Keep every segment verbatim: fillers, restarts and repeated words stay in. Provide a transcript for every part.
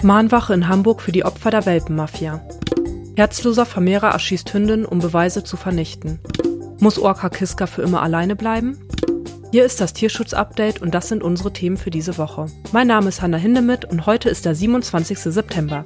Mahnwache in Hamburg für die Opfer der Welpenmafia. Herzloser Vermehrer erschießt Hündin, um Beweise zu vernichten. Muss Orca Kiska für immer alleine bleiben? Hier ist das Tierschutz-Update und das sind unsere Themen für diese Woche. Mein Name ist Hanna Hindemith und heute ist der siebenundzwanzigster September.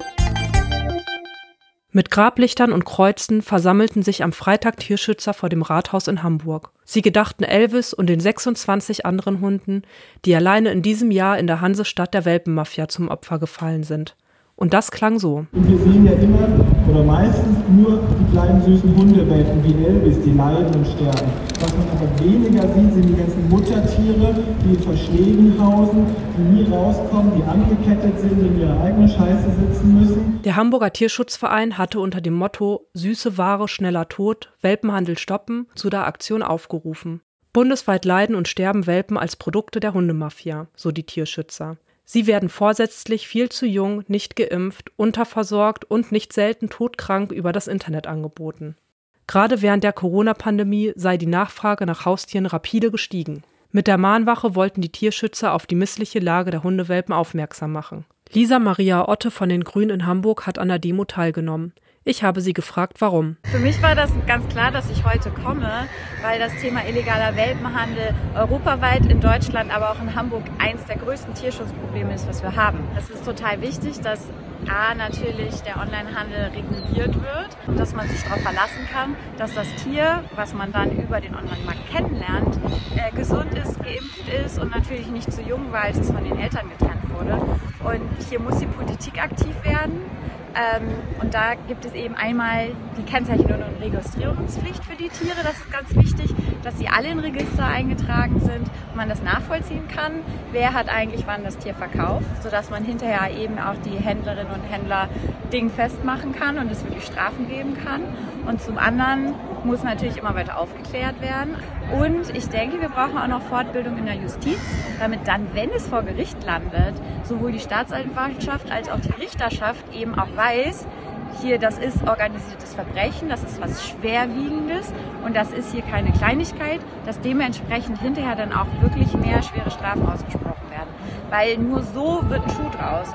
Mit Grablichtern und Kreuzen versammelten sich am Freitag Tierschützer vor dem Rathaus in Hamburg. Sie gedachten Elvis und den sechsundzwanzig anderen Hunden, die alleine in diesem Jahr in der Hansestadt der Welpenmafia zum Opfer gefallen sind. Und das klang so. Und wir sehen ja immer oder meistens nur die kleinen süßen Hundewelpen wie Elvis, die leiden und sterben. Was man aber weniger sieht, sind die ganzen Muttertiere, die in Verschlägen hausen, die nie rauskommen, die angekettet sind, die in ihrer eigenen Scheiße sitzen müssen. Der Hamburger Tierschutzverein hatte unter dem Motto »Süße Ware, schneller Tod, Welpenhandel stoppen« zu der Aktion aufgerufen. Bundesweit leiden und sterben Welpen als Produkte der Hundemafia, so die Tierschützer. Sie werden vorsätzlich viel zu jung, nicht geimpft, unterversorgt und nicht selten todkrank über das Internet angeboten. Gerade während der Corona-Pandemie sei die Nachfrage nach Haustieren rapide gestiegen. Mit der Mahnwache wollten die Tierschützer auf die missliche Lage der Hundewelpen aufmerksam machen. Lisa Maria Otte von den Grünen in Hamburg hat an der Demo teilgenommen. Ich habe sie gefragt, warum. Für mich war das ganz klar, dass ich heute komme, weil das Thema illegaler Welpenhandel europaweit, in Deutschland, aber auch in Hamburg eins der größten Tierschutzprobleme ist, was wir haben. Es ist total wichtig, dass A, natürlich der Onlinehandel reguliert wird und dass man sich darauf verlassen kann, dass das Tier, was man dann über den Online-Markt kennenlernt, äh, gesund ist, geimpft ist und natürlich nicht zu jung war, als es von den Eltern getrennt wurde. Und hier muss die Politik aktiv werden. Ähm, und da gibt es eben einmal die Kennzeichnung und Registrierungspflicht für die Tiere. Das ist ganz wichtig, dass sie alle in Register eingetragen sind und man das nachvollziehen kann, wer hat eigentlich wann das Tier verkauft, sodass man hinterher eben auch die Händlerinnen und Händler dingfest machen kann und es wirklich Strafen geben kann. Und zum anderen muss natürlich immer weiter aufgeklärt werden. Und ich denke, wir brauchen auch noch Fortbildung in der Justiz, damit dann, wenn es vor Gericht landet, sowohl die Staatsanwaltschaft als auch die Richterschaft eben auch weiß, hier, das ist organisiertes Verbrechen, das ist was Schwerwiegendes und das ist hier keine Kleinigkeit, dass dementsprechend hinterher dann auch wirklich mehr schwere Strafen ausgesprochen werden. Weil nur so wird ein Schuh draus.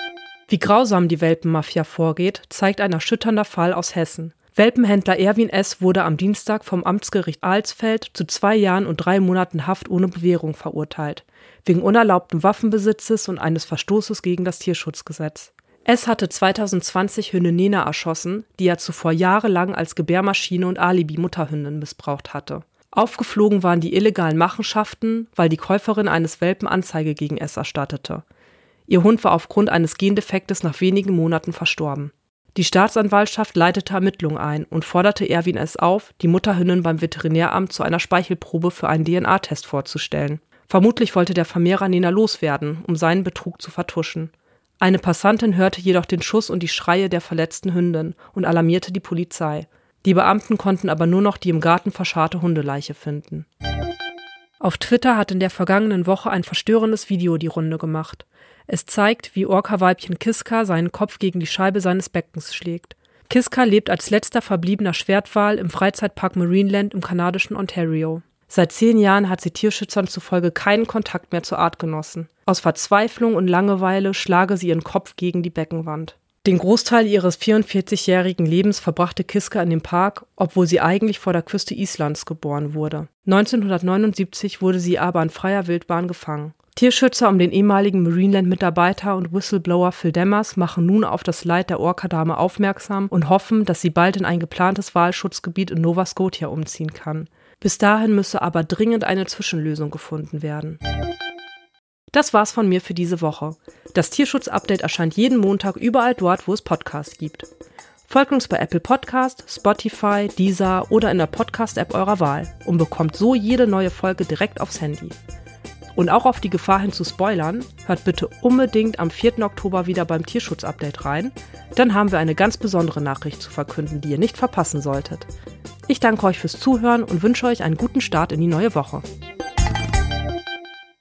Wie grausam die Welpenmafia vorgeht, zeigt ein erschütternder Fall aus Hessen. Welpenhändler Erwin S. wurde am Dienstag vom Amtsgericht Alsfeld zu zwei Jahren und drei Monaten Haft ohne Bewährung verurteilt, wegen unerlaubten Waffenbesitzes und eines Verstoßes gegen das Tierschutzgesetz. S. hatte zweitausendzwanzig Hündin Nena erschossen, die er zuvor jahrelang als Gebärmaschine und Alibi-Mutterhündin missbraucht hatte. Aufgeflogen waren die illegalen Machenschaften, weil die Käuferin eines Welpen Anzeige gegen S. erstattete. Ihr Hund war aufgrund eines Gendefektes nach wenigen Monaten verstorben. Die Staatsanwaltschaft leitete Ermittlungen ein und forderte Erwin S. auf, die Mutterhündin beim Veterinäramt zu einer Speichelprobe für einen D N A-Test vorzustellen. Vermutlich wollte der Vermehrer Nena loswerden, um seinen Betrug zu vertuschen. Eine Passantin hörte jedoch den Schuss und die Schreie der verletzten Hündin und alarmierte die Polizei. Die Beamten konnten aber nur noch die im Garten verscharrte Hundeleiche finden. Auf Twitter hat in der vergangenen Woche ein verstörendes Video die Runde gemacht. Es zeigt, wie Orca-Weibchen Kiska seinen Kopf gegen die Scheibe seines Beckens schlägt. Kiska lebt als letzter verbliebener Schwertwal im Freizeitpark Marineland im kanadischen Ontario. Seit zehn Jahren hat sie Tierschützern zufolge keinen Kontakt mehr zur Artgenossen. Aus Verzweiflung und Langeweile schlage sie ihren Kopf gegen die Beckenwand. Den Großteil ihres vierundvierzigjährigen Lebens verbrachte Kiska in dem Park, obwohl sie eigentlich vor der Küste Islands geboren wurde. neunzehnhundertneunundsiebzig wurde sie aber in freier Wildbahn gefangen. Tierschützer um den ehemaligen Marineland-Mitarbeiter und Whistleblower Phil Demmers machen nun auf das Leid der Orca-Dame aufmerksam und hoffen, dass sie bald in ein geplantes Walschutzgebiet in Nova Scotia umziehen kann. Bis dahin müsse aber dringend eine Zwischenlösung gefunden werden. Das war's von mir für diese Woche. Das Tierschutz-Update erscheint jeden Montag überall dort, wo es Podcasts gibt. Folgt uns bei Apple Podcast, Spotify, Deezer oder in der Podcast-App eurer Wahl und bekommt so jede neue Folge direkt aufs Handy. Und auch auf die Gefahr hin zu spoilern, hört bitte unbedingt am vierten Oktober wieder beim Tierschutz-Update rein. Dann haben wir eine ganz besondere Nachricht zu verkünden, die ihr nicht verpassen solltet. Ich danke euch fürs Zuhören und wünsche euch einen guten Start in die neue Woche.